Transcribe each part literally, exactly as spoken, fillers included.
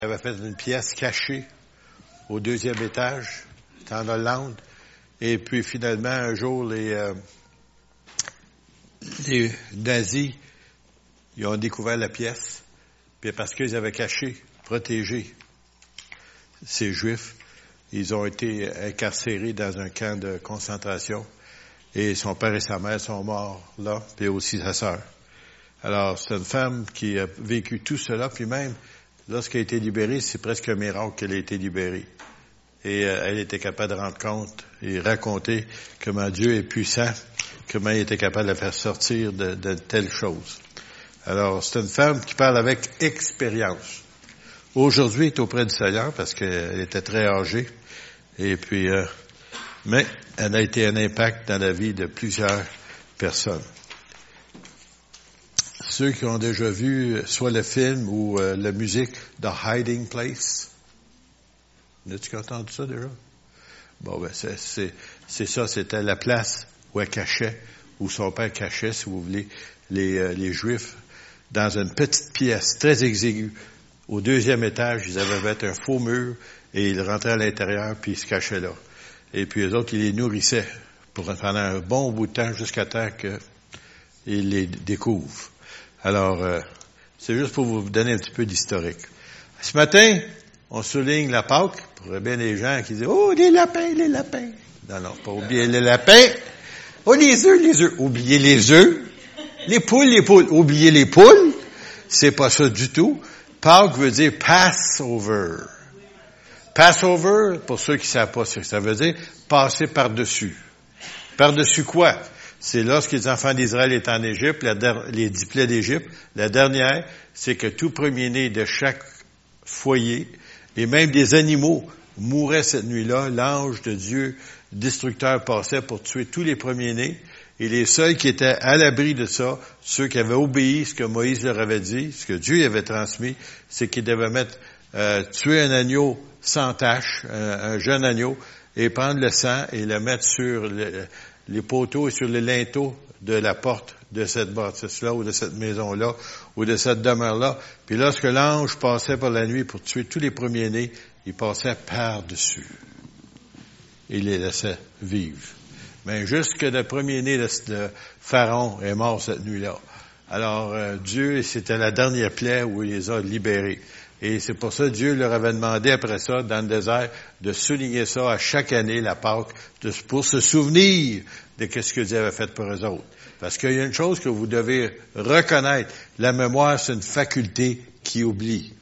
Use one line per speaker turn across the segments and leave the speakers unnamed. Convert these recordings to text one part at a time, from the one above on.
Il avait fait une pièce cachée au deuxième étage, en Hollande. Et puis finalement, un jour, les, euh, les nazis, ils ont découvert la pièce. Puis parce qu'ils avaient caché, protégé ces Juifs, ils ont été incarcérés dans un camp de concentration. Et son père et sa mère sont morts là, puis aussi sa sœur. Alors, c'est une femme qui a vécu tout cela, puis même, lorsqu'elle a été libérée, c'est presque un miracle qu'elle a été libérée. Et euh, elle était capable de rendre compte et raconter comment Dieu est puissant, comment il était capable de la faire sortir de, de telles choses. Alors, c'est une femme qui parle avec expérience. Aujourd'hui, elle est auprès du Seigneur parce qu'elle était très âgée. Et puis, euh, mais elle a été un impact dans la vie de plusieurs personnes. Ceux qui ont déjà vu soit le film ou euh, la musique The Hiding Place. As-tu entendu ça déjà? Bon, ben, c'est, c'est, c'est ça, c'était la place où elle cachait, où son père cachait, si vous voulez, les, euh, les Juifs, dans une petite pièce très exiguë. Au deuxième étage, ils avaient fait un faux mur et ils rentraient à l'intérieur puis ils se cachaient là. Et puis eux autres, ils les nourrissaient pour pendant un bon bout de temps jusqu'à temps qu'ils les découvrent. Alors, euh, c'est juste pour vous donner un petit peu d'historique. Ce matin, on souligne la Pâque, pour bien les gens qui disent « Oh, les lapins, les lapins! » Non, non, pas oublier les lapins. « Oh, les œufs, les œufs! » Oubliez les œufs. Les poules, les poules. Oubliez les poules. C'est pas ça du tout. Pâque veut dire « Passover ». Passover, pour ceux qui ne savent pas ce que ça veut dire, passer par-dessus. Par-dessus quoi? C'est lorsque les enfants d'Israël étaient en Égypte, la der- les dix plaies d'Égypte. La dernière, c'est que tout premier-né de chaque foyer, et même des animaux, mouraient cette nuit-là. L'ange de Dieu, destructeur, passait pour tuer tous les premiers-nés. Et les seuls qui étaient à l'abri de ça, ceux qui avaient obéi ce que Moïse leur avait dit, ce que Dieu avait transmis, c'est qu'ils devaient mettre, euh, tuer un agneau sans tache, un, un jeune agneau, et prendre le sang et le mettre sur le, les poteaux et sur les linteaux de la porte de cette bâtisse-là, ou de cette maison-là, ou de cette demeure-là. Puis lorsque l'ange passait par la nuit pour tuer tous les premiers-nés, il passait par-dessus. Il les laissait vivre. Mais jusque le premier-né de, de Pharaon est mort cette nuit-là. Alors, euh, Dieu, c'était la dernière plaie où il les a libérés. Et c'est pour ça que Dieu leur avait demandé après ça, dans le désert, de souligner ça à chaque année, la Pâque, de, pour se souvenir de ce que Dieu avait fait pour eux autres. Parce qu'il y a une chose que vous devez reconnaître. La mémoire, c'est une faculté qui oublie.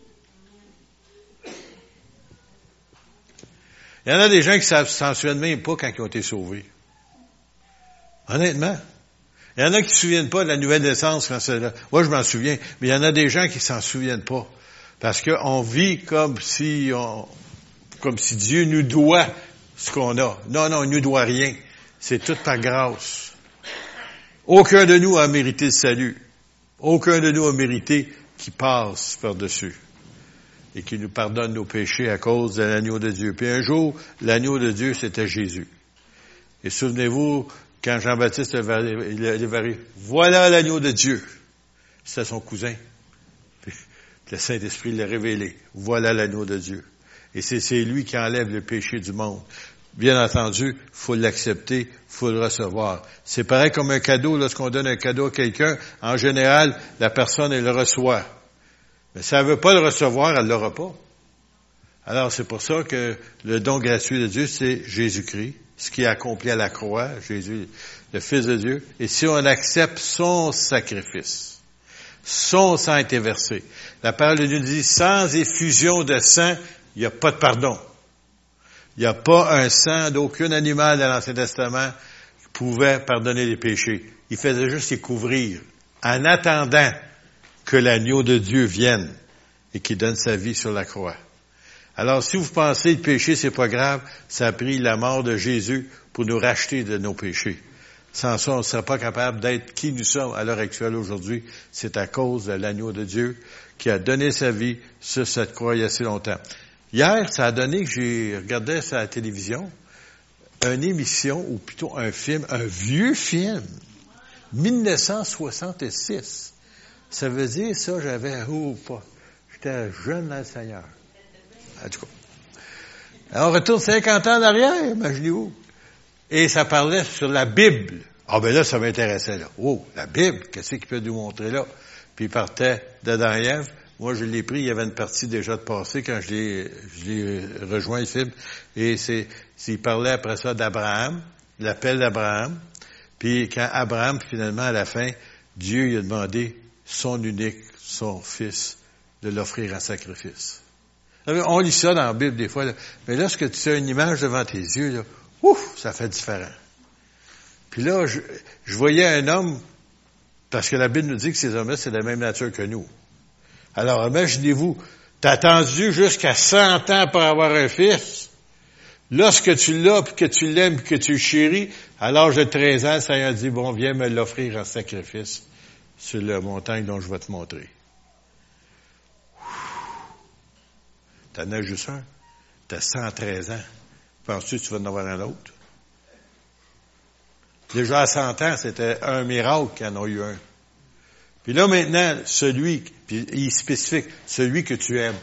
Il y en a des gens qui ne s'en souviennent même pas quand ils ont été sauvés. Honnêtement. Il y en a qui ne se souviennent pas de la nouvelle naissance quand c'est là. Moi, je m'en souviens. Mais il y en a des gens qui ne s'en souviennent pas. Parce qu'on vit comme si on, comme si Dieu nous doit ce qu'on a. Non, non, il nous doit rien. C'est tout par grâce. Aucun de nous a mérité le salut. Aucun de nous a mérité qu'il passe par-dessus et qu'il nous pardonne nos péchés à cause de l'agneau de Dieu. Puis un jour, l'agneau de Dieu, c'était Jésus. Et souvenez-vous, quand Jean-Baptiste le verrait, voilà l'agneau de Dieu. C'était son cousin. Le Saint-Esprit l'a révélé. Voilà l'agneau de Dieu. Et c'est, c'est lui qui enlève le péché du monde. Bien entendu, il faut l'accepter, il faut le recevoir. C'est pareil comme un cadeau. Lorsqu'on donne un cadeau à quelqu'un, en général, la personne, elle le reçoit. Mais si elle ne veut pas le recevoir, elle ne l'aura pas. Alors, c'est pour ça que le don gratuit de Dieu, c'est Jésus-Christ, ce qui est accompli à la croix, Jésus, le Fils de Dieu. Et si on accepte son sacrifice, son sang a été versé. La parole de Dieu dit, sans effusion de sang, il n'y a pas de pardon. Il n'y a pas un sang d'aucun animal dans l'Ancien Testament qui pouvait pardonner les péchés. Il faisait juste les couvrir en attendant que l'agneau de Dieu vienne et qu'il donne sa vie sur la croix. Alors, si vous pensez que le péché, c'est pas grave, ça a pris la mort de Jésus pour nous racheter de nos péchés. Sans ça, on ne serait pas capable d'être qui nous sommes à l'heure actuelle aujourd'hui. C'est à cause de l'agneau de Dieu qui a donné sa vie sur cette croix il y a si longtemps. Hier, ça a donné que j'ai regardé sur la télévision une émission, ou plutôt un film, un vieux film, dix-neuf cent soixante-six. Ça veut dire, ça, j'avais, oh, pas, j'étais jeune dans le Seigneur. En tout cas. Alors, on retourne cinquante ans en arrière, imaginez-vous. Et ça parlait sur la Bible. Ah ben là, ça m'intéressait, là. Oh, la Bible, qu'est-ce qu'il peut nous montrer là? Puis il partait d'Adam et Ève. Moi, je l'ai pris, il y avait une partie déjà de passé quand je l'ai, je l'ai rejoint le film. Et c'est, il parlait après ça d'Abraham, l'appel d'Abraham. Puis quand Abraham, finalement, à la fin, Dieu lui a demandé son unique, son fils, de l'offrir en sacrifice. On lit ça dans la Bible des fois, là. Mais lorsque tu as une image devant tes yeux, là, ouf, ça fait différent. Puis là, je, je voyais un homme, parce que la Bible nous dit que ces hommes-là, c'est de la même nature que nous. Alors, imaginez-vous, t'as attendu jusqu'à cent ans pour avoir un fils. Lorsque tu l'as, puis que tu l'aimes, puis que tu le chéris, à l'âge de treize ans, le Seigneur dit, bon, viens me l'offrir en sacrifice sur la montagne dont je vais te montrer. T'en as juste un. T'as cent treize ans. Penses-tu que tu vas en avoir un autre? Déjà à cent ans, c'était un miracle qu'il y en a eu un. Puis là, maintenant, celui, puis il est spécifique, celui que tu aimes.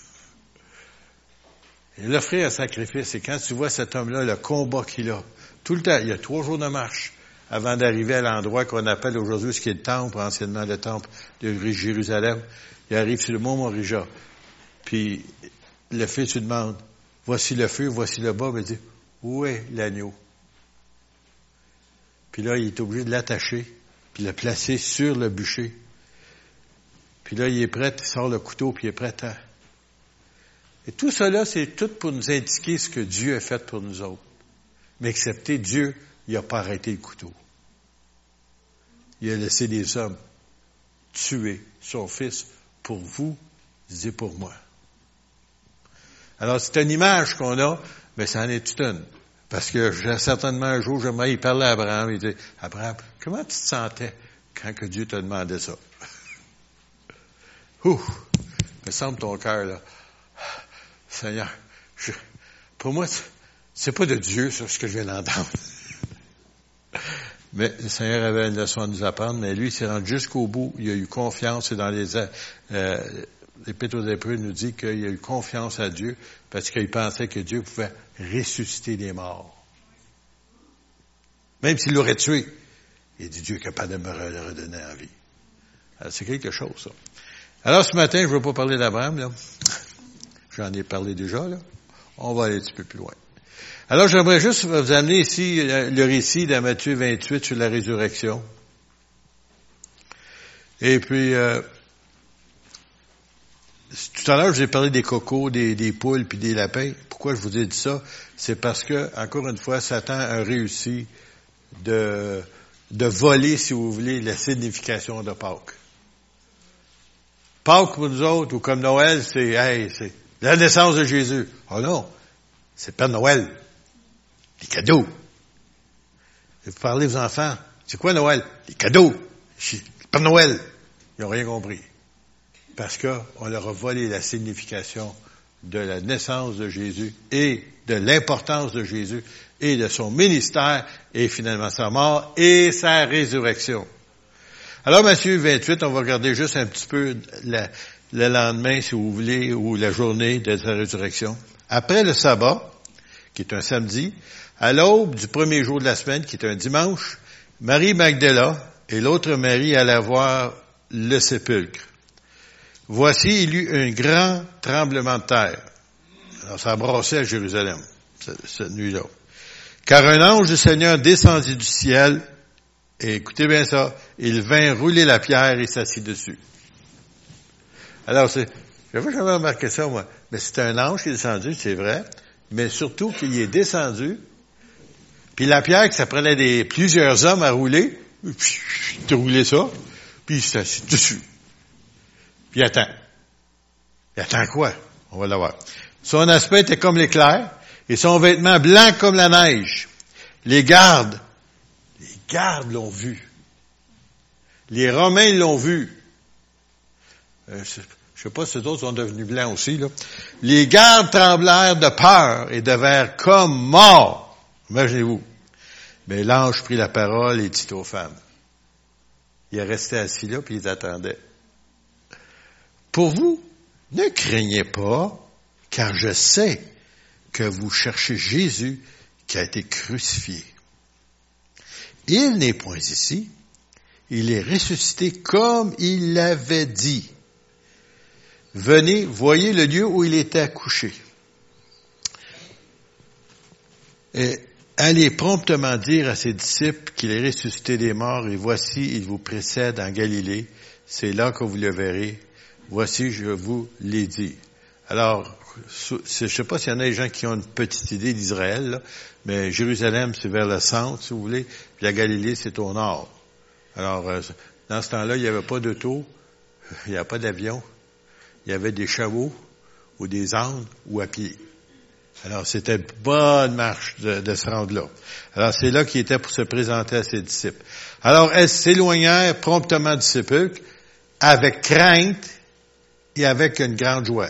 Et l'offrir un sacrifice, et quand tu vois cet homme-là, le combat qu'il a, tout le temps, il y a trois jours de marche avant d'arriver à l'endroit qu'on appelle aujourd'hui ce qui est le temple, anciennement le temple de Jérusalem. Il arrive sur le mont Morija. Puis le fils lui demande, voici le feu, voici le bas, mais il dit, où est l'agneau? Puis là, il est obligé de l'attacher, puis le placer sur le bûcher. Puis là, il est prêt, il sort le couteau, puis il est prêt à... Et tout cela, c'est tout pour nous indiquer ce que Dieu a fait pour nous autres. Mais excepté Dieu, il n'a pas arrêté le couteau. Il a laissé des hommes tuer son fils pour vous, disait pour moi. Alors, c'est une image qu'on a, mais ça en est toute une. Parce que certainement un jour, j'aimerais y parler à Abraham. Il dit, Abraham, comment tu te sentais quand que Dieu t'a demandé ça? Ouh! Me semble ton cœur, là. Seigneur, je, pour moi, c'est pas de Dieu, ça, ce que je viens d'entendre. Mais le Seigneur avait une leçon à nous apprendre, mais lui, il s'est rendu jusqu'au bout. Il a eu confiance, et dans les, euh, l'Épître aux Hébreux nous dit qu'il a eu confiance à Dieu, parce qu'il pensait que Dieu pouvait ressusciter les morts. Même s'il l'aurait tué, il dit Dieu est capable de me le redonner en vie. Alors, c'est quelque chose, ça. Alors, ce matin, je ne veux pas parler d'Abraham, là. J'en ai parlé déjà, là. On va aller un petit peu plus loin. Alors, j'aimerais juste vous amener ici le récit de Matthieu vingt-huit sur la résurrection. Et puis, euh, tout à l'heure, je vous ai parlé des cocos, des, des poules puis des lapins. Pourquoi je vous ai dit ça? C'est parce que, encore une fois, Satan a réussi de, de voler, si vous voulez, la signification de Pâques. Pâques, pour nous autres, ou comme Noël, c'est, hey, c'est la naissance de Jésus. Oh non, c'est Père Noël. Les cadeaux. Et vous parlez aux enfants, c'est quoi Noël? Les cadeaux. Père Noël. Ils n'ont rien compris. Parce qu'on leur a volé la signification de la naissance de Jésus et de l'importance de Jésus et de son ministère et finalement sa mort et sa résurrection. Alors, Matthieu vingt-huit, on va regarder juste un petit peu la, le lendemain, si vous voulez, ou la journée de sa résurrection. Après le sabbat, qui est un samedi, à l'aube du premier jour de la semaine, qui est un dimanche, Marie Magdala et l'autre Marie allaient voir le sépulcre. Voici, il y eut un grand tremblement de terre. Alors, ça brassait à Jérusalem, cette, cette nuit-là. Car un ange du Seigneur descendit du ciel, et écoutez bien ça, il vint rouler la pierre et s'assit dessus. Alors, c'est, j'avais jamais remarqué ça, moi. Mais c'est un ange qui est descendu, c'est vrai, mais surtout qu'il est descendu, puis la pierre, que ça prenait des, plusieurs hommes à rouler, puis il roulait ça, puis il s'assit dessus. Puis il attend. Il attend quoi? On va le voir. Son aspect était comme l'éclair, et son vêtement blanc comme la neige. Les gardes, les gardes l'ont vu. Les Romains l'ont vu. Euh, je ne sais pas si d'autres sont devenus blancs aussi, là. Les gardes tremblèrent de peur et devinrent comme morts. Imaginez-vous. Mais l'ange prit la parole et dit aux femmes. Il est resté assis là, puis il attendait. Pour vous, ne craignez pas, car je sais que vous cherchez Jésus qui a été crucifié. Il n'est point ici, il est ressuscité comme il l'avait dit. Venez, voyez le lieu où il était accouché. Et allez promptement dire à ses disciples qu'il est ressuscité des morts, et voici, il vous précède en Galilée. C'est là que vous le verrez. Voici, je vous l'ai dit. Alors, je ne sais pas s'il y en a des gens qui ont une petite idée d'Israël, là, mais Jérusalem, c'est vers le centre, si vous voulez, puis la Galilée, c'est au nord. Alors, dans ce temps-là, il n'y avait pas d'auto, il n'y avait pas d'avion, il y avait des chevaux, ou des ânes, ou à pied. Alors, c'était une bonne marche de, de se rendre là. Alors, c'est là qu'il était pour se présenter à ses disciples. Alors, elles s'éloignèrent promptement du sépulcre, avec crainte et avec une grande joie.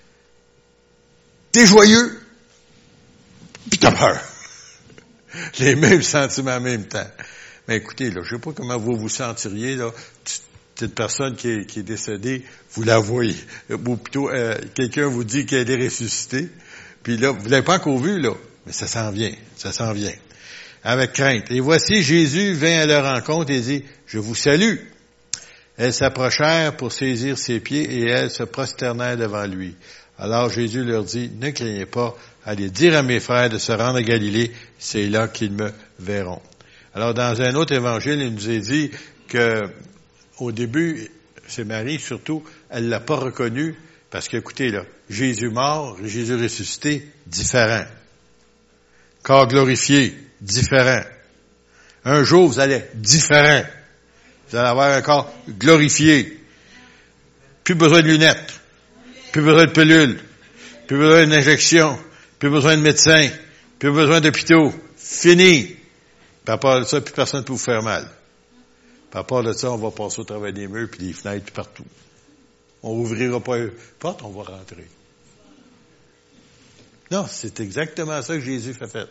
T'es joyeux, puis t'as peur. Les mêmes sentiments en même temps. Mais écoutez, là, je sais pas comment vous vous sentiriez, là. Cette personne qui est, qui est décédée, vous la voyez. Ou plutôt, euh, quelqu'un vous dit qu'elle est ressuscitée. Puis là, vous l'avez pas encore vu, là. Mais ça s'en vient. Ça s'en vient. Avec crainte. Et voici, Jésus vint à leur rencontre et dit, je vous salue. Elles s'approchèrent pour saisir ses pieds et elles se prosternèrent devant lui. Alors Jésus leur dit, ne craignez pas, allez dire à mes frères de se rendre à Galilée, c'est là qu'ils me verront. Alors dans un autre évangile, il nous est dit que au début, c'est Marie surtout, elle l'a pas reconnu parce que, écoutez là, Jésus mort, Jésus ressuscité, différent. Corps glorifié, différent. Un jour, vous allez être différent. Vous allez avoir un corps glorifié. Plus besoin de lunettes. Plus besoin de pilules. Plus besoin d'injections. Plus besoin de médecins. Plus besoin d'hôpitaux. Fini. Puis à part de ça, plus personne ne peut vous faire mal. Puis à part de ça, on va passer au travers des murs puis des fenêtres puis partout. On n'ouvrira pas une porte, on va rentrer. Non, c'est exactement ça que Jésus fait fait.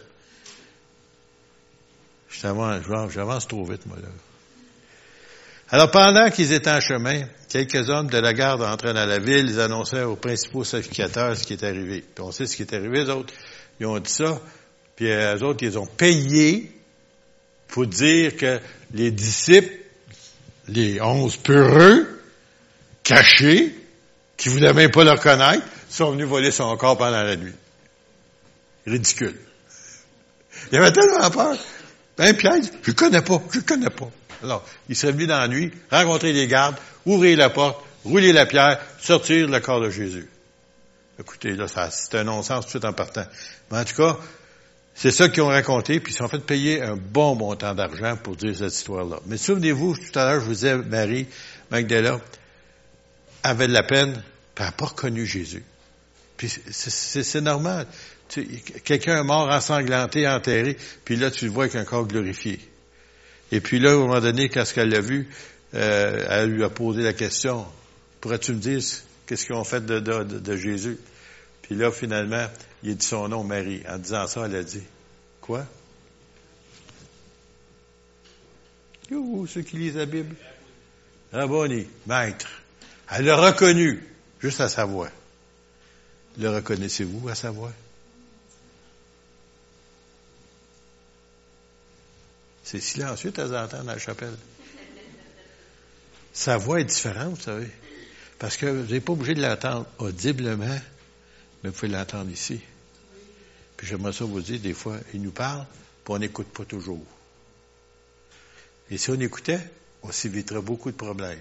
J'avance, j'avance trop vite, moi, là. Alors, pendant qu'ils étaient en chemin, quelques hommes de la garde entraient dans la ville, ils annoncèrent aux principaux sacrificateurs ce qui est arrivé. Puis on sait ce qui est arrivé, eux autres, ils ont dit ça, puis eux autres, ils ont payé pour dire que les disciples, les onze peureux, cachés, qui voulaient même pas le reconnaître, sont venus voler son corps pendant la nuit. Ridicule. Il avait tellement peur. Ben, Pierre, je le connais pas, je le connais pas. Alors, il serait venu dans la nuit, rencontrer les gardes, ouvrir la porte, rouler la pierre, sortir le corps de Jésus. Écoutez, là, ça, c'est un non-sens tout en partant. Mais en tout cas, c'est ça qu'ils ont raconté, puis ils sont fait payer un bon montant d'argent pour dire cette histoire-là. Mais souvenez-vous, tout à l'heure, je vous disais, Marie Magdala avait de la peine, puis elle n'a pas reconnu Jésus. Puis c'est, c'est, c'est normal. Tu sais, quelqu'un est mort, ensanglanté, enterré, puis là, tu le vois avec un corps glorifié. Et puis là, à un moment donné, quand elle l'a vu, euh, elle lui a posé la question, pourrais-tu me dire qu'est-ce qu'ils ont fait de, de, de, de Jésus? Puis là, finalement, il a dit son nom, Marie. En disant ça, elle a dit, quoi? Youhou, ceux qui lisent la Bible. Rabboni, maître. Elle l'a reconnu, juste à sa voix. Le reconnaissez-vous à sa voix? C'est silencieux de temps en temps dans la chapelle. Sa voix est différente, vous savez. Parce que vous n'êtes pas obligé de l'entendre audiblement, mais vous pouvez l'entendre ici. Puis j'aimerais ça vous dire, des fois, il nous parle, puis on n'écoute pas toujours. Et si on écoutait, on s'éviterait beaucoup de problèmes.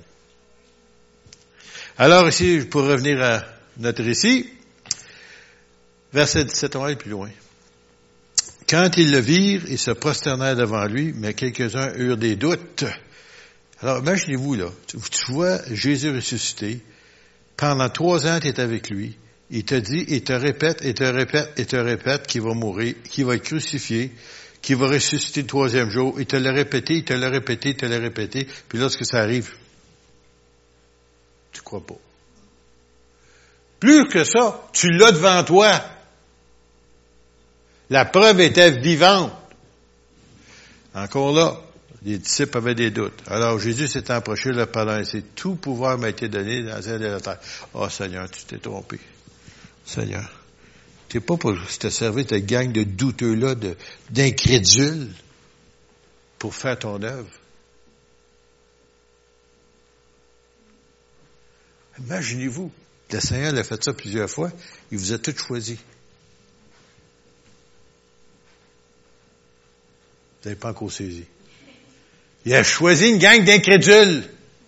Alors ici, pour revenir à notre récit, verset dix-sept, on va aller plus loin. Quand ils le virent, ils se prosternèrent devant lui, mais quelques-uns eurent des doutes. Alors, imaginez-vous, là, tu vois Jésus ressuscité, pendant trois ans, tu es avec lui, il te dit, il te répète, et te répète, et te répète qu'il va mourir, qu'il va être crucifié, qu'il va ressusciter le troisième jour, il te l'a répété, il te l'a répété, il te l'a répété, puis lorsque ça arrive, tu crois pas. Plus que ça, tu l'as devant toi. La preuve était vivante. Encore là, Les disciples avaient des doutes. Alors Jésus s'est approché, leur parlant ainsi. Tout pouvoir m'a été donné dans le ciel et la terre. Oh Seigneur, tu t'es trompé. Seigneur, t'es pas pour te servir ta gang de douteux-là, de, d'incrédules, pour faire ton œuvre. Imaginez-vous, le Seigneur a fait ça plusieurs fois, il vous a tous choisis. Vous n'avez pas encore saisi. Il a choisi une gang d'incrédules.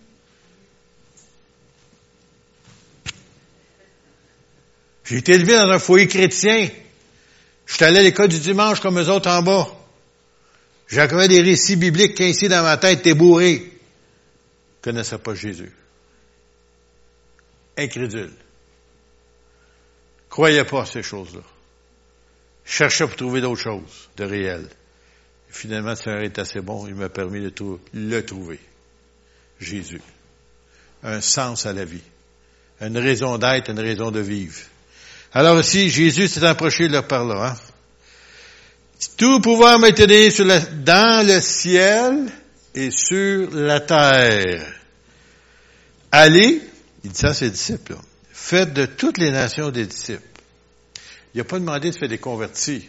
J'ai été élevé dans un foyer chrétien. Je suis allé à l'école du dimanche comme eux autres en bas. J'avais des récits bibliques qu'ici dans ma tête, t'es bourré. Je ne connaissais pas Jésus. Incrédule. Croyais pas à ces choses-là. Cherchais pour trouver d'autres choses de réel. Et finalement, le Seigneur est assez bon, il m'a permis de tout, le trouver. Jésus. Un sens à la vie. Une raison d'être, une raison de vivre. Alors aussi, Jésus s'est approché là par là. Hein? Tout pouvoir m'a été donné sur la, dans le ciel et sur la terre. Allez, il dit ça à ses disciples, là. Faites de toutes les nations des disciples. Il n'a pas demandé de faire des convertis.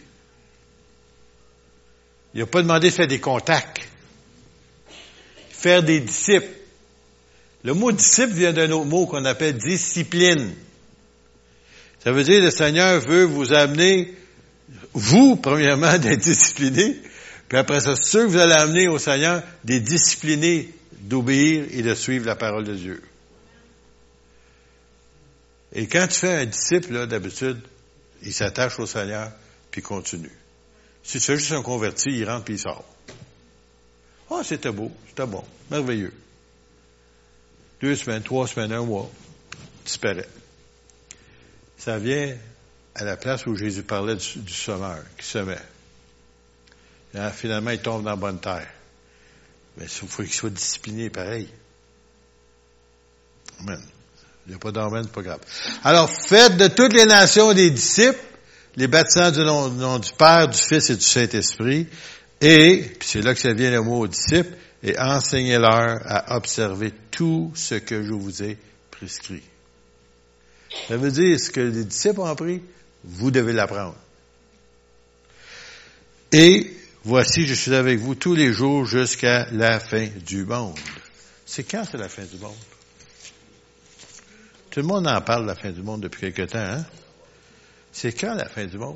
Il n'a pas demandé de faire des contacts. Faire des disciples. Le mot disciple vient d'un autre mot qu'on appelle discipline. Ça veut dire que le Seigneur veut vous amener, vous, premièrement, d'être disciplinés, puis après ça, ceux que vous allez amener au Seigneur, des disciplinés d'obéir et de suivre la parole de Dieu. Et quand tu fais un disciple, là, d'habitude, il s'attache au Seigneur, puis continue. Si tu fais juste un converti, il rentre puis il sort. Ah, oh, c'était beau, c'était bon, merveilleux. Deux semaines, trois semaines, un mois, disparaît. Ça vient à la place où Jésus parlait du, du semeur, qui semait. Et finalement, il tombe dans la bonne terre. Mais il faut qu'il soit discipliné pareil. Amen. Il n'y a pas d'amen, c'est pas grave. Alors, faites de toutes les nations des disciples, les baptisants du nom, du nom du Père, du Fils et du Saint-Esprit, et, puis c'est là que ça vient le mot aux disciples, et enseignez-leur à observer tout ce que je vous ai prescrit. Ça veut dire, ce que les disciples ont appris, vous devez l'apprendre. Et, voici, je suis avec vous tous les jours jusqu'à la fin du monde. C'est quand c'est la fin du monde? Tout le monde en parle de la fin du monde depuis quelque temps, hein? C'est quand la fin du monde?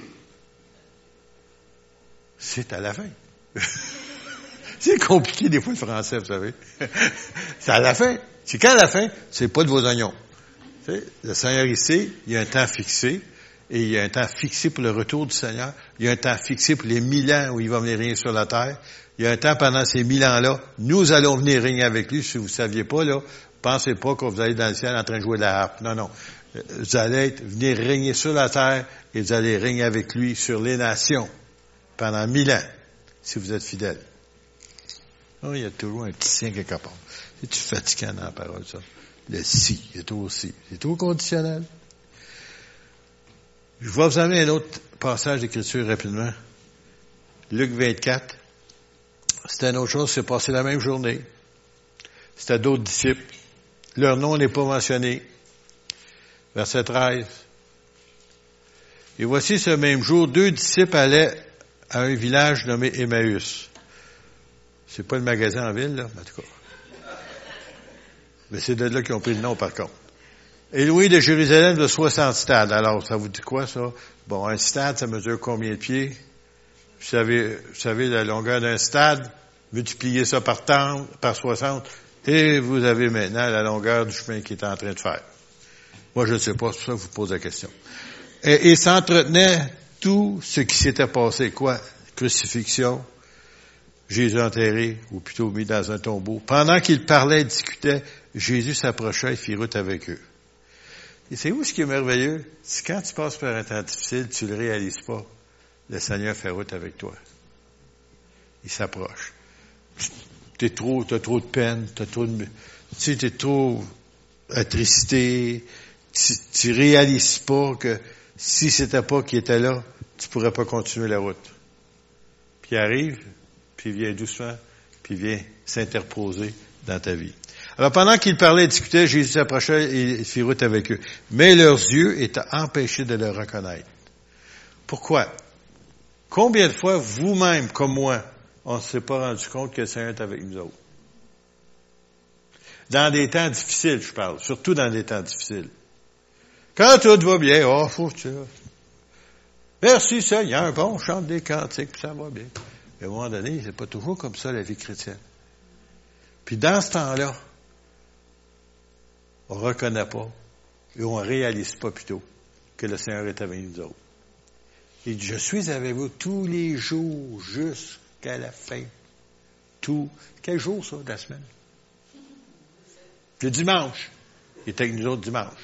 C'est à la fin. C'est compliqué des fois le français, vous savez. C'est à la fin. C'est quand la fin? C'est pas de vos oignons. Tu sais, le Seigneur ici, il y a un temps fixé, et il y a un temps fixé pour le retour du Seigneur. Il y a un temps fixé pour les mille ans où il va venir régner sur la terre. Il y a un temps pendant ces mille ans-là, nous allons venir régner avec lui. Si vous ne saviez pas, là, pensez pas que vous allez dans le ciel en train de jouer de la harpe. Non, non. Vous allez être, venir régner sur la terre et vous allez régner avec lui sur les nations pendant mille ans, si vous êtes fidèles. Oh, il y a toujours un petit signe quelque part. C'est-tu fatigant dans la parole, ça? Le si, il y a toujours si. C'est toujours conditionnel. Je vais vous amener un autre passage d'écriture rapidement. Luc vingt-quatre. C'était une autre chose, c'est passé la même journée. C'était d'autres disciples. Leur nom n'est pas mentionné. Verset treize. Et voici ce même jour, deux disciples allaient à un village nommé Emmaüs. C'est pas le magasin en ville, là, en tout cas. Mais c'est de là qu'ils ont pris le nom, par contre. Éloigné de Jérusalem de soixante stades. Alors, ça vous dit quoi, ça? Bon, un stade, ça mesure combien de pieds? Vous savez, vous savez la longueur d'un stade? Multipliez ça par temps, par soixante, et vous avez maintenant la longueur du chemin qu'il est en train de faire. Moi, je ne sais pas, c'est pour ça que je vous pose la question. Et, et s'entretenait tout ce qui s'était passé. Quoi? Crucifixion, Jésus enterré, ou plutôt mis dans un tombeau. Pendant qu'ils parlaient et discutaient, Jésus s'approcha et fit route avec eux. Et c'est où ce qui est merveilleux? C'est quand tu passes par un temps difficile, tu ne le réalises pas. Le Seigneur fait route avec toi. Il s'approche. T'es trop, t'as trop de peine, t'as trop de, tu sais, t'es trop attristé, tu, tu réalises pas que si c'était pas qu'il était là, tu pourrais pas continuer la route. Puis il arrive, puis il vient doucement, puis vient s'interposer dans ta vie. Alors, pendant qu'ils parlaient et discutaient, Jésus s'approcha et fit route avec eux. Mais leurs yeux étaient empêchés de le reconnaître. Pourquoi? Combien de fois, vous-même, comme moi, on ne s'est pas rendu compte que le Seigneur est avec nous autres? Dans des temps difficiles, je parle. Surtout dans des temps difficiles. Quand tout va bien, oh, faut que tu... Merci Seigneur, bon, on chante des cantiques, puis ça va bien. Mais à un moment donné, c'est pas toujours comme ça la vie chrétienne. Puis dans ce temps-là, on ne reconnaît pas et on ne réalise pas plutôt que le Seigneur est avec nous autres. Il dit, je suis avec vous tous les jours jusqu'à la fin. Tout. Quel jour ça de la semaine? Le dimanche. Il est avec nous autres dimanche.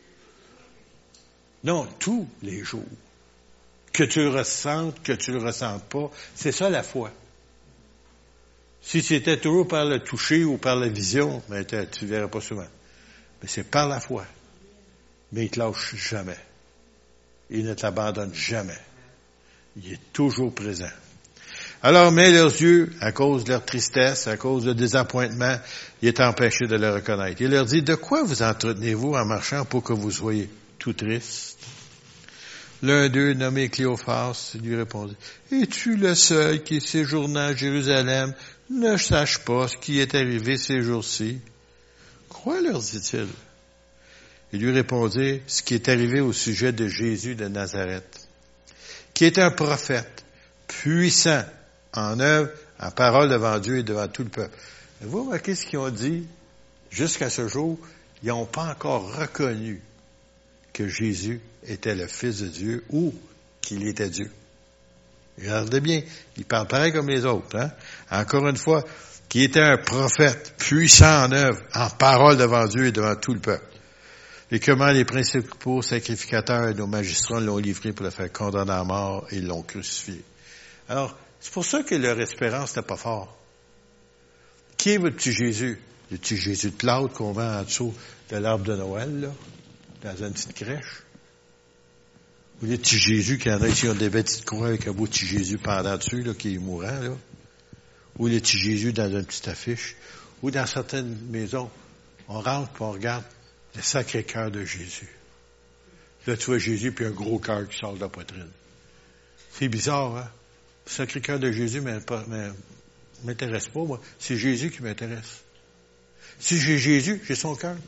Non, tous les jours. Que tu le ressentes, que tu le ressentes pas, c'est ça la foi. Si c'était toujours par le toucher ou par la vision, ben, tu ne verrais pas souvent. Mais c'est par la foi. Mais il ne te lâche jamais. Il ne t'abandonne jamais. Il est toujours présent. Alors, mais leurs yeux, à cause de leur tristesse, à cause de désappointement, il est empêché de le reconnaître. Il leur dit, de quoi vous entretenez-vous en marchant pour que vous soyez tout tristes? L'un d'eux, nommé Cléophas, lui répondit, es-tu le seul qui, séjournant à Jérusalem, ne sache pas ce qui est arrivé ces jours-ci? Quoi leur dit-il? Il lui répondit, ce qui est arrivé au sujet de Jésus de Nazareth, qui est un prophète, puissant en œuvre, en parole devant Dieu et devant tout le peuple. Vous remarquez ce qu'ils ont dit jusqu'à ce jour? Ils n'ont pas encore reconnu que Jésus était le Fils de Dieu ou qu'il était Dieu. Regardez bien, il parle pareil comme les autres. Hein? Encore une fois, qui était un prophète, puissant en œuvre, en parole devant Dieu et devant tout le peuple. Et comment les principaux sacrificateurs et nos magistrats l'ont livré pour le faire condamner à mort et l'ont crucifié. Alors, c'est pour ça que leur espérance n'était pas forte. Qui est votre petit Jésus? Le petit Jésus de plâtre qu'on vend en dessous de l'arbre de Noël, là, dans une petite crèche? Ou le petit Jésus qui en a ici, on des petites croix avec un beau petit Jésus pendant dessus, là, qui est mourant, là? Ou le petit Jésus dans une petite affiche? Ou dans certaines maisons, on rentre et on regarde le Sacré-Cœur de Jésus. Là, tu vois Jésus puis un gros cœur qui sort de la poitrine. C'est bizarre, hein? Le Sacré-Cœur de Jésus ne m'intéresse pas, moi. C'est Jésus qui m'intéresse. Si j'ai Jésus, j'ai son cœur.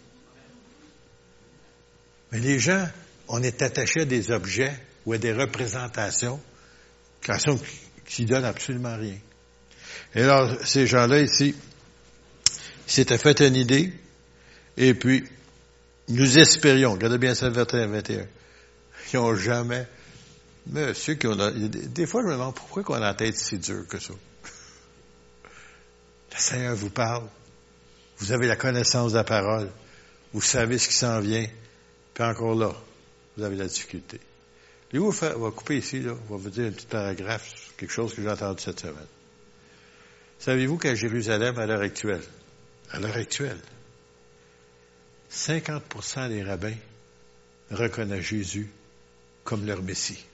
Mais les gens, on est attaché à des objets ou à des représentations qui ne donnent absolument rien. Et alors, ces gens-là ici, ils s'étaient fait une idée, et puis, nous espérions, regardez bien ça, le verset vingt et un, ils n'ont jamais, mais ceux qui ont, des fois je me demande pourquoi on a la tête si dure que ça. Le Seigneur vous parle, vous avez la connaissance de la parole, vous savez ce qui s'en vient, puis encore là, vous avez la difficulté. Et on va, va couper ici, là, on va vous dire un petit paragraphe, quelque chose que j'ai entendu cette semaine. Savez-vous qu'à Jérusalem, à l'heure actuelle, à l'heure actuelle, cinquante pour cent des rabbins reconnaissent Jésus comme leur Messie.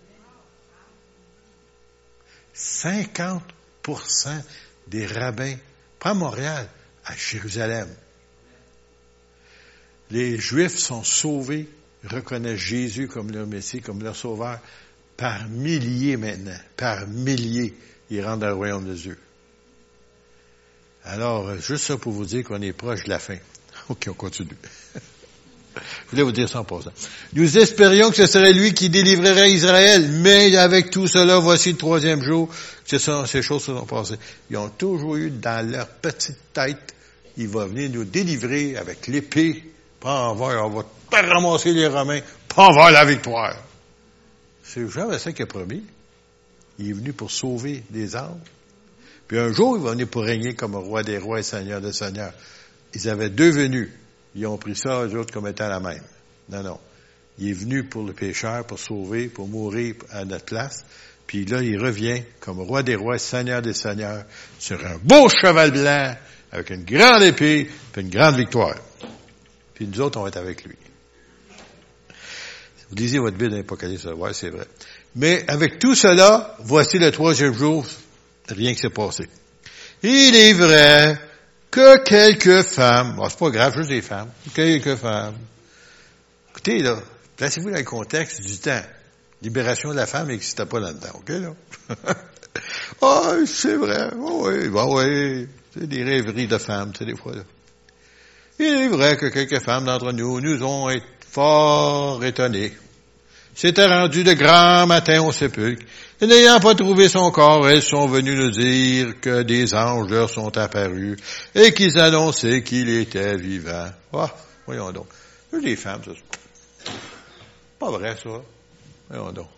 cinquante pour cent des rabbins, pas à Montréal, à Jérusalem. Les Juifs sont sauvés, reconnaissent Jésus comme leur Messie, comme leur Sauveur, par milliers maintenant, par milliers, ils rentrent dans le royaume de Dieu. Alors, juste ça pour vous dire qu'on est proche de la fin. OK, on continue. Je voulais vous dire ça en passant. Nous espérions que ce serait lui qui délivrerait Israël, mais avec tout cela, voici le troisième jour que ces choses se sont passées. Ils ont toujours eu dans leur petite tête, il va venir nous délivrer avec l'épée, pas on va, on va ramasser les Romains, pas on va avoir la victoire. C'est jamais ça qu'il a promis. Il est venu pour sauver des âmes. Puis un jour, il va venir pour régner comme roi des rois et seigneur des seigneurs. Ils avaient deux venues. Ils ont pris ça, eux autres, comme étant la même. Non, non. Il est venu pour le pécheur, pour sauver, pour mourir à notre place. Puis là, il revient comme roi des rois, seigneur des seigneurs, sur un beau cheval blanc, avec une grande épée, puis une grande victoire. Puis nous autres, on va être avec lui. Vous lisez votre Bible dans l'Apocalypse, ouais, c'est vrai. Mais avec tout cela, voici le troisième jour, rien qui s'est passé. Il est vrai que quelques femmes, bon, c'est pas grave, juste des femmes, quelques femmes. Écoutez, là, placez-vous dans le contexte du temps. Libération de la femme n'existait pas là-dedans, OK, là? Ah, oh, c'est vrai, oh, oui, bah oui, c'est des rêveries de femmes, tu sais, des fois, là. Il est vrai que quelques femmes d'entre nous nous ont été fort étonnées. S'étaient rendues de grand matin au sépulcre, et n'ayant pas trouvé son corps, elles sont venues nous dire que des anges leur sont apparus, et qu'ils annonçaient qu'il était vivant. Ah, voyons donc. C'est des femmes, ça. Pas vrai, ça. Voyons donc.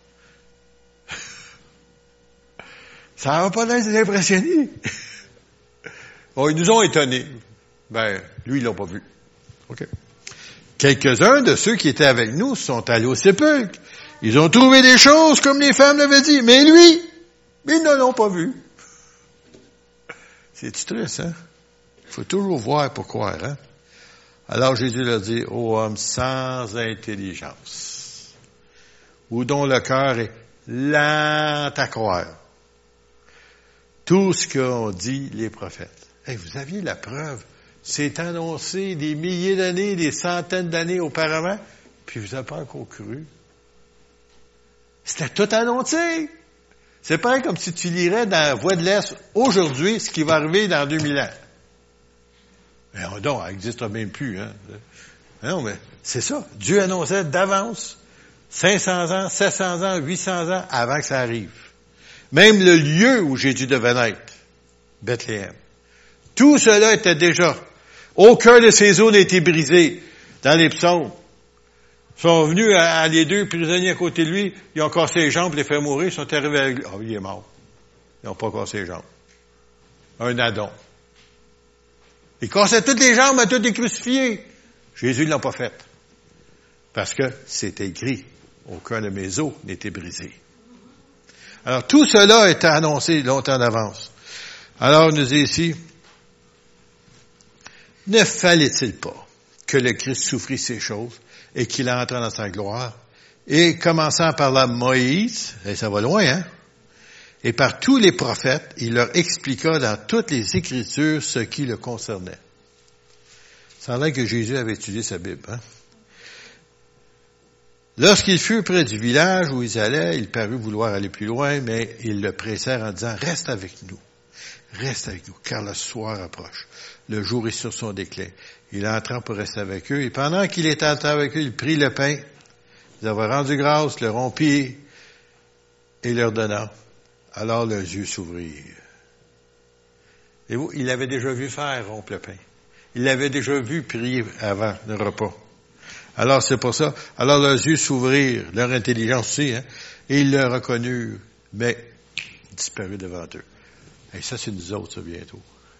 Ça n'a pas l'air d'impressionner. Oh, ils nous ont étonnés. Ben, lui, ils l'ont pas vu. OK. Quelques-uns de ceux qui étaient avec nous sont allés au sépulcre. Ils ont trouvé des choses comme les femmes l'avaient dit. Mais lui, ils ne l'ont pas vu. C'est-tu triste, hein? Il faut toujours voir pour croire, hein? Alors Jésus leur dit, ô homme sans intelligence, ou dont le cœur est lent à croire, tout ce qu'ont dit les prophètes. Hey, vous aviez la preuve. C'est annoncé des milliers d'années, des centaines d'années auparavant, puis vous n'avez pas encore cru. C'était tout annoncé. C'est pareil comme si tu lirais dans la Voix de l'Est aujourd'hui ce qui va arriver dans deux mille ans. Mais oh non, elle n'existe même plus. Hein? Non, mais c'est ça. Dieu annonçait d'avance, cinq cents ans, sept cents ans, huit cents ans avant que ça arrive. Même le lieu où Jésus devait naître, Bethléem. Tout cela était déjà. Aucun de ces os n'a été brisé dans les psaumes. Ils sont venus à, à les deux prisonniers à côté de lui, ils ont cassé les jambes, les fait mourir, ils sont arrivés avec lui. Ah, il est mort. Ils n'ont pas cassé les jambes. Un Adon. Ils cassaient toutes les jambes à tous les crucifiés. Jésus ne l'a pas fait. Parce que c'était écrit. Aucun de mes os n'était brisé. Alors, tout cela était annoncé longtemps d'avance. Alors, on nous dit ici, ne fallait-il pas que le Christ souffrit ces choses et qu'il entre dans sa gloire? Et commençant par la Moïse, et ça va loin, hein? Et par tous les prophètes, il leur expliqua dans toutes les Écritures ce qui le concernait. Ça a l'air que Jésus avait étudié sa Bible, hein? Lorsqu'il fut près du village où ils allaient, il parut vouloir aller plus loin, mais ils le pressèrent en disant, reste avec nous. Reste avec nous, car le soir approche. Le jour est sur son déclin. Il entra pour rester avec eux, et pendant qu'il était entré avec eux, il prit le pain, ils avaient rendu grâce, le rompit, et leur donna. Alors leurs yeux s'ouvrirent. Et vous, il avait déjà vu faire rompre le pain. Il l'avait déjà vu prier avant le repas. Alors c'est pour ça. Alors leurs yeux s'ouvrirent, leur intelligence aussi, hein, et ils le reconnurent, mais disparut devant eux. Et ça, c'est nous autres, ça, bientôt.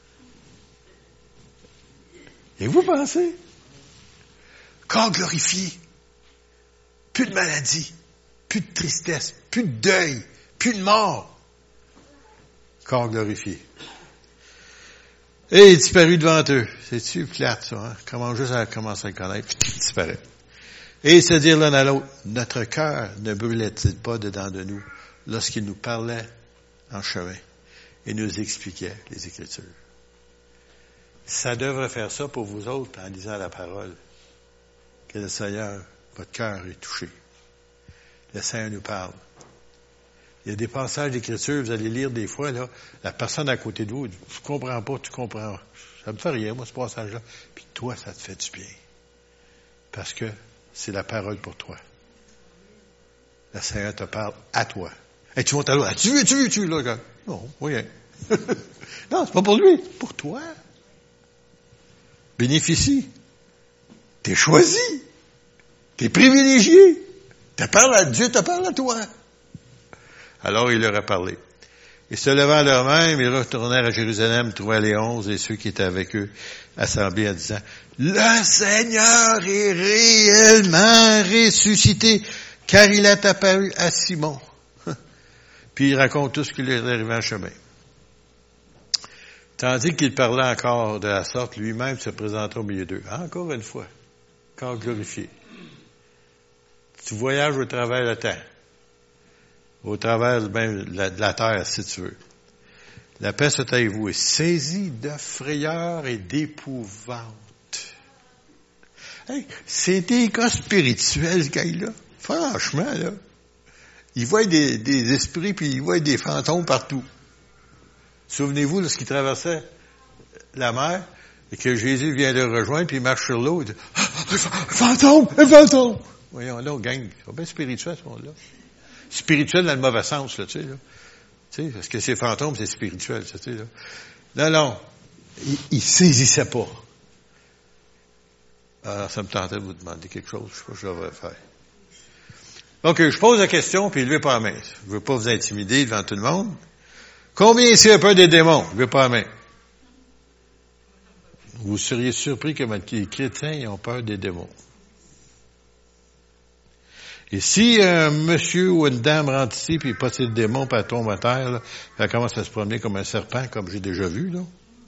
Et vous pensez? Corps glorifié. Plus de maladie. Plus de tristesse. Plus de deuil. Plus de mort. Corps glorifié. Et il disparut devant eux. C'est-tu plate, ça, hein? Comment juste à commencer à le connaître, puis il disparaît. Et ils se dirent l'un à l'autre, notre cœur ne brûlait-il pas dedans de nous lorsqu'il nous parlait en chemin et nous expliquait les Écritures? Ça devrait faire ça pour vous autres en lisant la parole. Que le Seigneur, votre cœur est touché. Le Seigneur nous parle. Il y a des passages d'Écriture, vous allez lire des fois, là, la personne à côté de vous, je comprends pas, tu comprends. Ça me fait rien, moi, ce passage-là. Puis toi, ça te fait du bien. Parce que c'est la parole pour toi. Le Seigneur te parle à toi. Et tu vas t'allouer. Ah, tu veux, tu veux, tu veux, là, non, rien. Non, c'est pas pour lui, c'est pour toi. Bénéficie. T'es choisi. T'es privilégié. Te parle à Dieu, te parle à toi. Alors il leur a parlé. Et se levant l'heure-même, ils retournèrent à Jérusalem, trouvant les onze et ceux qui étaient avec eux assemblés en disant, le Seigneur est réellement ressuscité, car il est apparu à Simon. Puis il raconte tout ce qui lui est arrivé en chemin. Tandis qu'il parlait encore de la sorte, lui-même se présentera au milieu d'eux. Encore une fois, corps glorifié. Tu voyages au travers le temps. Au travers même de la, de la terre, si tu veux. La paix soit avec vous. Et saisi de frayeur et d'épouvante. Hey, c'est des gars spirituels, ce gars-là. Franchement, là. Il voit des, des esprits, puis il voit des fantômes partout. Souvenez-vous, lorsqu'il traversait la mer, et que Jésus vient le rejoindre, puis il marche sur l'eau, il dit ah, « Un fantôme! Un fantôme! » Voyons là, gang. C'est bien spirituel, ce monde-là. Spirituel dans le mauvais sens, là, tu sais, là. Tu sais, parce que ces fantômes, c'est spirituel, ça, tu sais, là. Non, non. Il, il saisissait pas. Alors, ça me tentait de vous demander quelque chose. Je sais pas ce que je devrais faire. OK, je pose la question, puis levez pas la main. Je veux pas vous intimider devant tout le monde. Combien ici a peur des démons? Levez pas la main. Vous seriez surpris que les chrétiens ils ont peur des démons. Et si un monsieur ou une dame rentre ici, puis il possède le démon, puis elle tombe à terre, là, elle commence à se promener comme un serpent, comme j'ai déjà vu, là.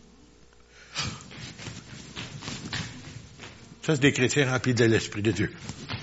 Ça, c'est des chrétiens remplis de l'Esprit de Dieu.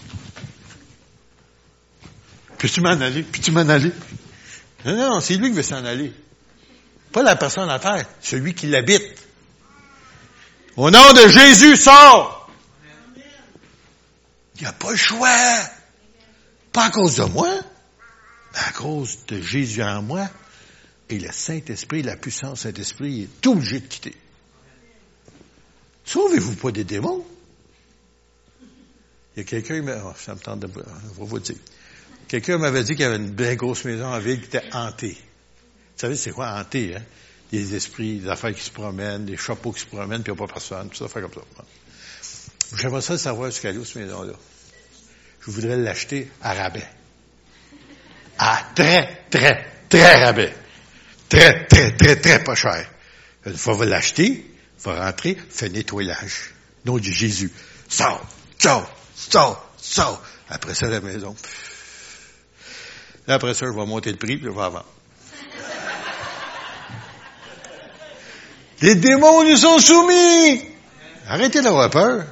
Puis-tu m'en aller? Puis-tu m'en aller? Non, non, c'est lui qui veut s'en aller. Pas la personne à terre, celui qui l'habite. Au nom de Jésus, sors! Il n'y a pas le choix. Pas à cause de moi, mais à cause de Jésus en moi. Et le Saint-Esprit, la puissance du Saint-Esprit, il est obligé de quitter. Sauvez-vous pas des démons. Il y a quelqu'un, oh, ça me tente de vous, je vais vous dire. Quelqu'un m'avait dit qu'il y avait une bien grosse maison en ville qui était hantée. Vous savez, c'est quoi hanté, hein? Des esprits, des affaires qui se promènent, des chapeaux qui se promènent, puis il n'y a pas personne, tout ça, faire comme ça. J'aimerais ça savoir jusqu'à où, cette maison-là. Je voudrais l'acheter à rabais. À très, très, très rabais. Très, très, très, très pas cher. Une fois vous l'achetez, vous rentrer, faites nettoyage. Nom de Jésus. Sors, sors, sors, sors. Après ça, la maison. Après ça, je vais monter le prix, puis je vais vendre. Les démons nous sont soumis! Arrêtez d'avoir peur.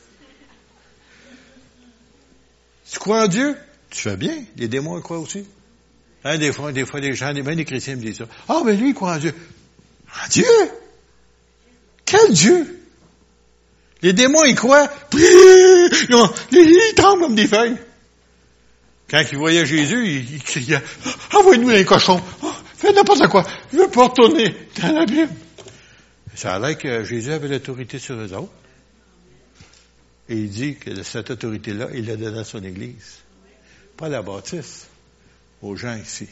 Tu crois en Dieu? Tu fais bien. Les démons ils croient aussi. Hein, des fois, des fois, les gens, même les chrétiens me disent ça. Ah, oh, mais lui, il croit en Dieu. En Dieu? Quel Dieu? Les démons, ils croient. Ils, ont, ils tombent comme des feuilles. Quand ils voyaient Jésus, ils, ils criaient, « Envoie-nous un cochon! Oh, fais n'importe quoi! Je veux pas retourner dans la Bible! » Ça a l'air que Jésus avait l'autorité sur eux autres. Et il dit que cette autorité-là, il l'a donnée à son Église. Pas à la bâtisse, aux gens ici.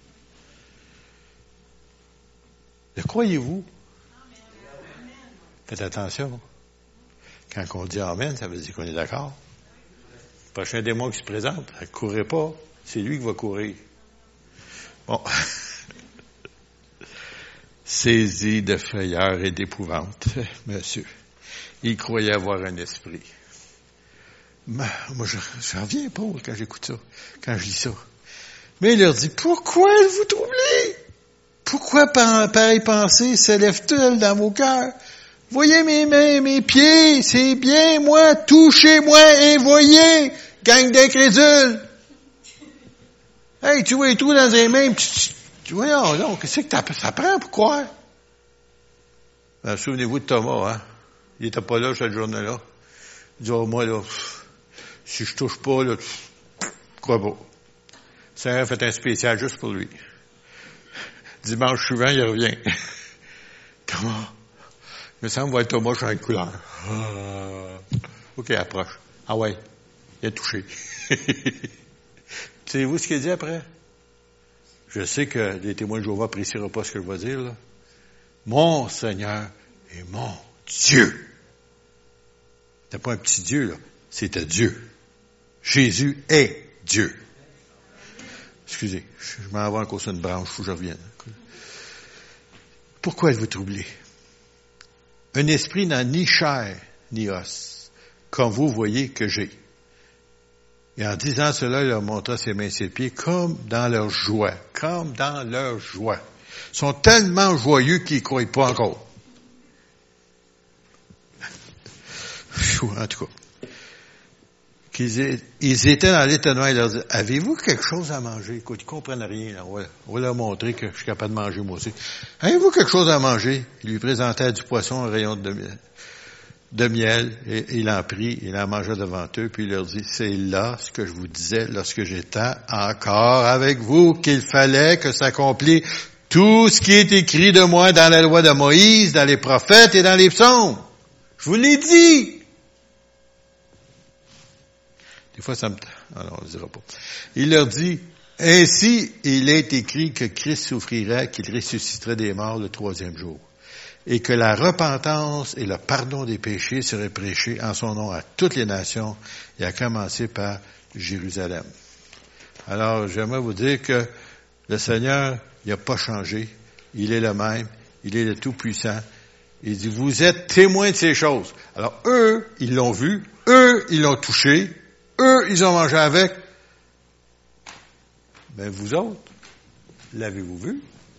Le croyez-vous? Faites attention. Quand on dit Amen, ça veut dire qu'on est d'accord. Le prochain démon qui se présente, ne courez pas, c'est lui qui va courir. Bon. Saisi de frayeur et d'épouvante, monsieur. Il croyait avoir un esprit. Mais, moi, je j'en reviens pas quand j'écoute ça, quand je lis ça. Mais il leur dit, pourquoi vous troublez? Pourquoi pareille pensée s'élève-t-elle dans vos cœurs? Voyez mes mains, mes pieds, c'est bien moi, touchez-moi et voyez, gang d'incrédules. Hey, tu vois tout dans les mains, tu vois, non, non, qu'est-ce que ça prend pour croire? Ben, souvenez-vous de Thomas, hein? Il était pas là cette journée-là. Il dit, oh, moi, là, pff, si je touche pas, là, je crois pas. Ça a fait un spécial juste pour lui. Dimanche suivant, il revient. Thomas. Il me semble voir Thomas changer de couleur. Ah. OK, approche. Ah ouais, il a touché. Savez-vous ce qu'il dit après? Je sais que les témoins de Jéhovah n'apprécieront pas ce que je vais dire, là. Mon Seigneur est mon Dieu. C'était pas un petit Dieu, là. C'était Dieu. Jésus est Dieu. Excusez, je m'en vais encore sur une branche, il faut que je revienne. Pourquoi êtes-vous troublé? Un esprit n'a ni chair, ni os, comme vous voyez que j'ai. Et en disant cela, il leur montra ses mains et ses pieds, comme dans leur joie, comme dans leur joie. Ils sont tellement joyeux qu'ils ne croient pas encore. En tout cas. qu'ils é- ils étaient dans l'étonnement. Il leur dit, avez-vous quelque chose à manger? Écoute, ils comprennent rien. Là. On, va, on va leur montrer que je suis capable de manger moi aussi. Avez-vous quelque chose à manger? Il lui présentait du poisson, un rayon de miel. de miel, et il en prit, il en mangea devant eux, puis il leur dit, c'est là ce que je vous disais lorsque j'étais encore avec vous, qu'il fallait que s'accomplisse tout ce qui est écrit de moi dans la loi de Moïse, dans les prophètes et dans les psaumes. Je vous l'ai dit. Des fois, ça me... Ah non, on ne le dira pas. Il leur dit, ainsi, il est écrit que Christ souffrirait, qu'il ressusciterait des morts le troisième jour, et que la repentance et le pardon des péchés seraient prêchés en son nom à toutes les nations, et à commencer par Jérusalem. Alors, j'aimerais vous dire que le Seigneur, il n'a pas changé. Il est le même. Il est le Tout-Puissant. Il dit, vous êtes témoins de ces choses. Alors, eux, ils l'ont vu. Eux, ils l'ont touché. Eux, ils ont mangé avec. Mais vous autres, l'avez-vous vu?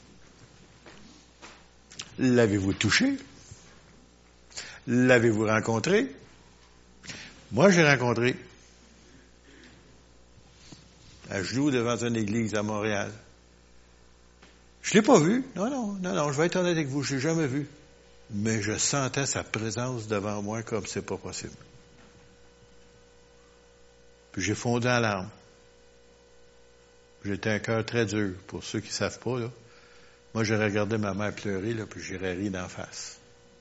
L'avez-vous touché? L'avez-vous rencontré? Moi, j'ai rencontré à genoux devant une église à Montréal. Je l'ai pas vu. Non, non, non, non, je vais être honnête avec vous, je l'ai jamais vu. Mais je sentais sa présence devant moi comme c'est pas possible. Puis j'ai fondu en larmes. J'étais un cœur très dur, pour ceux qui savent pas, là. Moi, j'aurais regardé ma mère pleurer, là, puis j'irais rire d'en face.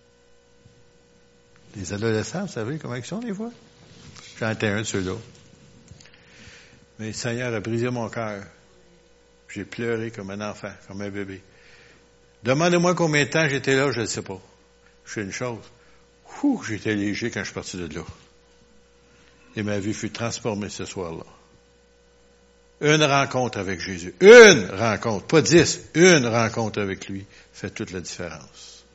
Les adolescents, vous savez comment ils sont, des fois? J'en étais un de ceux-là. Mais le Seigneur a brisé mon cœur. J'ai pleuré comme un enfant, comme un bébé. Demandez-moi combien de temps j'étais là, je ne sais pas. Je sais une chose. Ouh, j'étais léger quand je suis parti de là. Et ma vie fut transformée ce soir-là. Une rencontre avec Jésus. Une rencontre, pas dix. Une rencontre avec lui fait toute la différence.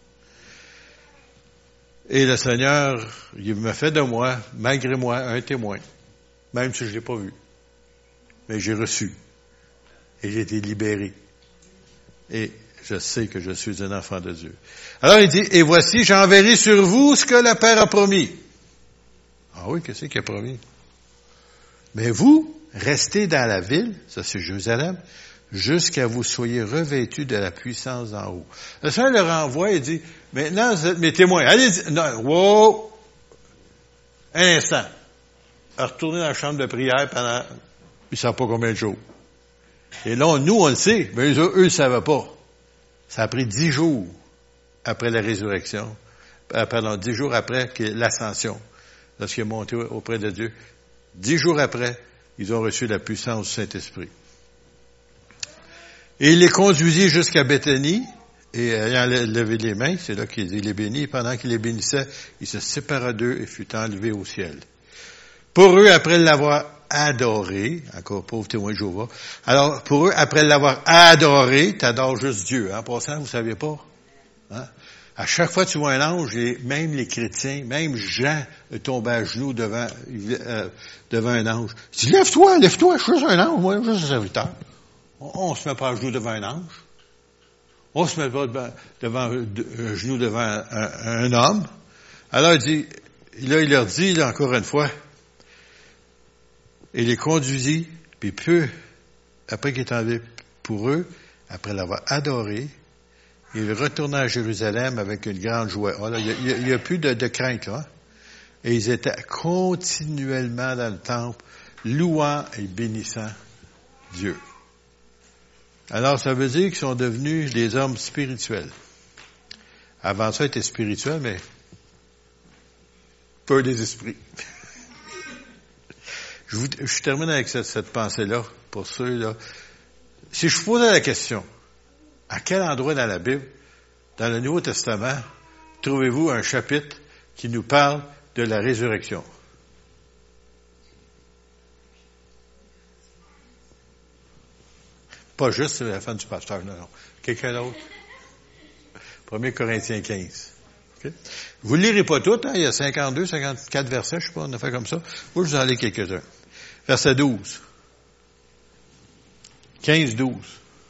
Et le Seigneur, il m'a fait de moi, malgré moi, un témoin. Même si je ne l'ai pas vu. Mais j'ai reçu. Et j'ai été libéré. Et je sais que je suis un enfant de Dieu. Alors il dit, et voici, j'enverrai sur vous ce que le Père a promis. Ah oui, qu'est-ce qu'il a promis? Mais vous, restez dans la ville, ça c'est Jérusalem, jusqu'à vous soyez revêtus de la puissance d'en haut. Le Seigneur le renvoie et dit, maintenant vous êtes mes témoins. Allez, non, wow! Un instant. Retournez dans la chambre de prière pendant, ils ne savent pas combien de jours. Et là, nous, on le sait, mais eux, eux ne savaient pas. Ça a pris dix jours après la résurrection, euh, pardon, dix jours après l'ascension, lorsqu'il est monté auprès de Dieu. Dix jours après, ils ont reçu la puissance du Saint-Esprit. Et il les conduisit jusqu'à Béthanie, et ayant levé les mains, c'est là qu'il les bénit, et pendant qu'il les bénissait, il se sépara d'eux et fut enlevé au ciel. Pour eux, après l'avoir adoré, encore pauvre témoin de Jéhovah, alors pour eux, après l'avoir adoré, t'adores juste Dieu, hein, en passant, vous saviez pas? Hein? À chaque fois que tu vois un ange, les, même les chrétiens, même Jean tombe à genoux devant, euh, devant un ange. Il dit, lève-toi, lève-toi, je suis juste un ange, moi, je suis juste un serviteur. On, on se met pas à genoux devant un ange. On se met pas devant, devant un genou devant un, un, un homme. Alors il dit, là, il leur dit, là, encore une fois, il les conduisit, puis peu, après qu'il est enlevé pour eux, après l'avoir adoré, il retourna à Jérusalem avec une grande joie. Oh là, il n'y a, a plus de, de crainte, là. Et ils étaient continuellement dans le temple, louant et bénissant Dieu. Alors, ça veut dire qu'ils sont devenus des hommes spirituels. Avant ça, ils étaient spirituels, mais peu des esprits. Je, vous, je termine avec cette, cette pensée-là, pour ceux-là. Si je vous posais la question, à quel endroit dans la Bible, dans le Nouveau Testament, trouvez-vous un chapitre qui nous parle de la résurrection? Pas juste la fin du pasteur, non, non. Quelqu'un d'autre? premier Corinthiens quinze. Okay. Vous ne le lirez pas tout, hein? Il y a cinquante-deux, cinquante-quatre versets, je sais pas, on a fait comme ça. Moi, je vous en lis quelques-uns. Verset douze. quinze douze.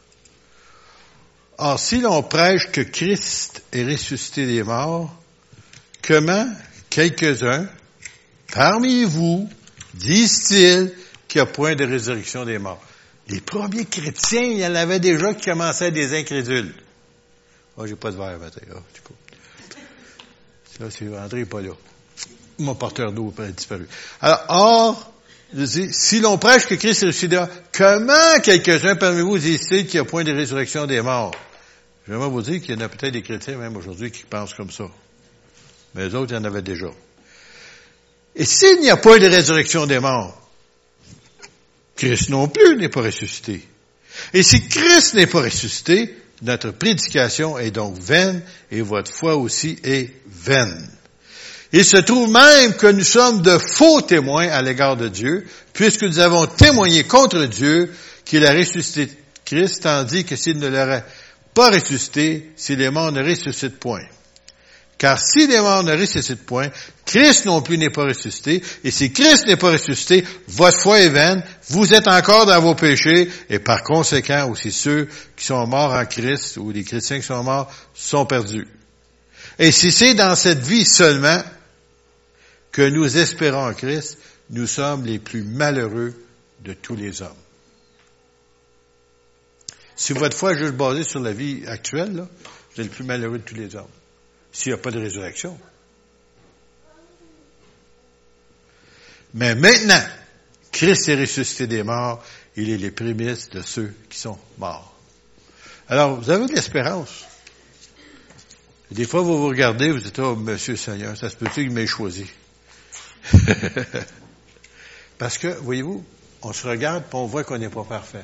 Or, si l'on prêche que Christ est ressuscité des morts, comment quelques-uns, parmi vous, Disent-ils qu'il n'y a point de résurrection des morts. Les premiers chrétiens, il y en avait déjà qui commençaient à des incrédules. Oh, j'ai pas de verre matin. Oh, du coup. Ça, c'est André n'est pas là. Mon porteur d'eau a disparu. Alors, or, je dis, si l'on prêche que Christ est ressuscité, comment quelques-uns parmi vous disent-ils qu'il n'y a point de résurrection des morts? J'aimerais vous dire qu'il y en a peut-être des chrétiens même aujourd'hui qui pensent comme ça. Mais les autres, il y en avait déjà. Et s'il n'y a pas de résurrection des morts, Christ non plus n'est pas ressuscité. Et si Christ n'est pas ressuscité, notre prédication est donc vaine et votre foi aussi est vaine. Il se trouve même que nous sommes de faux témoins à l'égard de Dieu, puisque nous avons témoigné contre Dieu qu'il a ressuscité Christ, tandis que s'il ne l'aurait pas ressuscité, si les morts ne ressuscitent point. Car si les morts ne ressuscitent point, Christ non plus n'est pas ressuscité, et si Christ n'est pas ressuscité, votre foi est vaine, vous êtes encore dans vos péchés, et par conséquent aussi ceux qui sont morts en Christ, ou les chrétiens qui sont morts, sont perdus. Et si c'est dans cette vie seulement que nous espérons en Christ, nous sommes les plus malheureux de tous les hommes. Si votre foi est juste basée sur la vie actuelle, là, vous êtes le plus malheureux de tous les hommes. S'il n'y a pas de résurrection. Mais maintenant, Christ est ressuscité des morts, il est les prémices de ceux qui sont morts. Alors, vous avez de l'espérance. Des fois, vous vous regardez, vous dites, oh, Monsieur Seigneur, ça se peut-il qu'il m'ait choisi? Parce que, voyez-vous, on se regarde et on voit qu'on n'est pas parfait.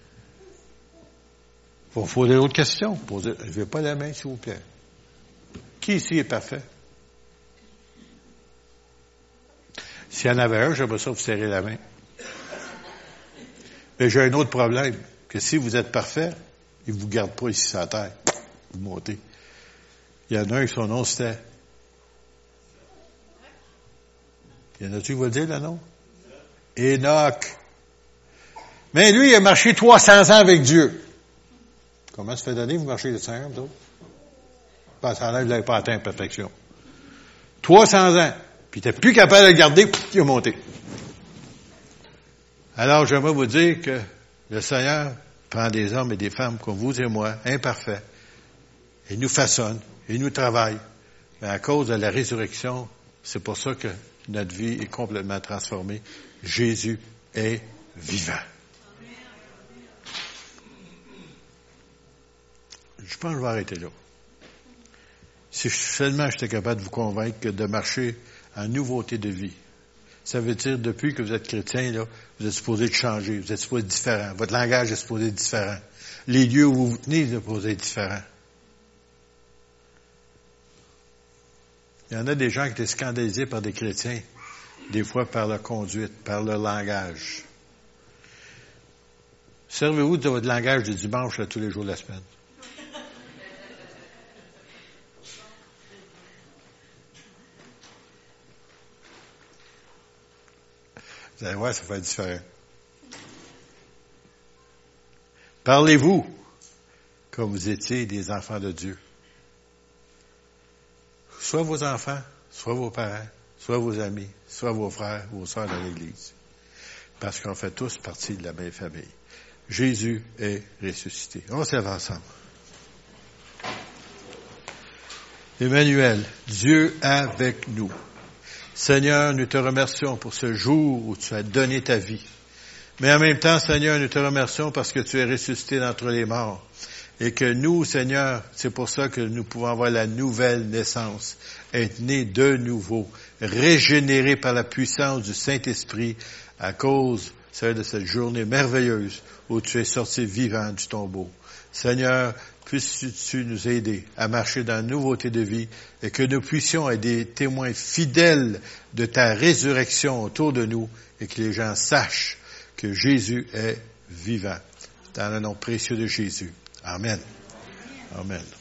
Il faut poser d'autres questions. Poser, je ne vais pas la main, s'il vous plaît. Qui ici est parfait? S'il y en avait un, j'aimerais ça vous serrer la main. Mais j'ai un autre problème, que si vous êtes parfait, il ne vous garde pas ici sur la terre. Vous montez. Il y en a un, son nom, c'était... Il y en a-tu qui va le dire, là, non? Enoch. Mais lui, il a marché trois cents ans avec Dieu. Comment ça fait d'années que vous marchez de cent ans, vous autres? Ben, ça en a, vous n'avez pas atteint la perfection. trois cents ans. Puis il n'était plus capable de le garder, puis il est monté. Alors, j'aimerais vous dire que le Seigneur prend des hommes et des femmes comme vous et moi, imparfaits, et nous façonne, et nous travaille. Mais à cause de la résurrection, c'est pour ça que notre vie est complètement transformée. Jésus est vivant. Je pense que je vais arrêter là. Si seulement j'étais capable de vous convaincre que de marcher en nouveauté de vie, ça veut dire depuis que vous êtes chrétien, là, vous êtes supposé de changer, vous êtes supposé être différent. Votre langage est supposé être différent. Les lieux où vous vous tenez sont supposés être différents. Il y en a des gens qui étaient scandalisés par des chrétiens, des fois par leur conduite, par leur langage. Servez-vous de votre langage du dimanche là, tous les jours de la semaine. Vous allez voir, ça va être différent. Parlez-vous comme vous étiez des enfants de Dieu. Soit vos enfants, soit vos parents, soit vos amis, soit vos frères, vos sœurs dans l'Église. Parce qu'on fait tous partie de la même famille. Jésus est ressuscité. On se lève ensemble. Emmanuel, Dieu avec nous. Seigneur, nous te remercions pour ce jour où tu as donné ta vie. Mais en même temps, Seigneur, nous te remercions parce que tu es ressuscité d'entre les morts. Et que nous, Seigneur, c'est pour ça que nous pouvons avoir la nouvelle naissance, être nés de nouveau, régénérés par la puissance du Saint-Esprit à cause, Seigneur, de cette journée merveilleuse où tu es sorti vivant du tombeau. Seigneur, puisses-tu nous aider à marcher dans la nouveauté de vie et que nous puissions être des témoins fidèles de ta résurrection autour de nous et que les gens sachent que Jésus est vivant. Dans le nom précieux de Jésus. Amen. Amen.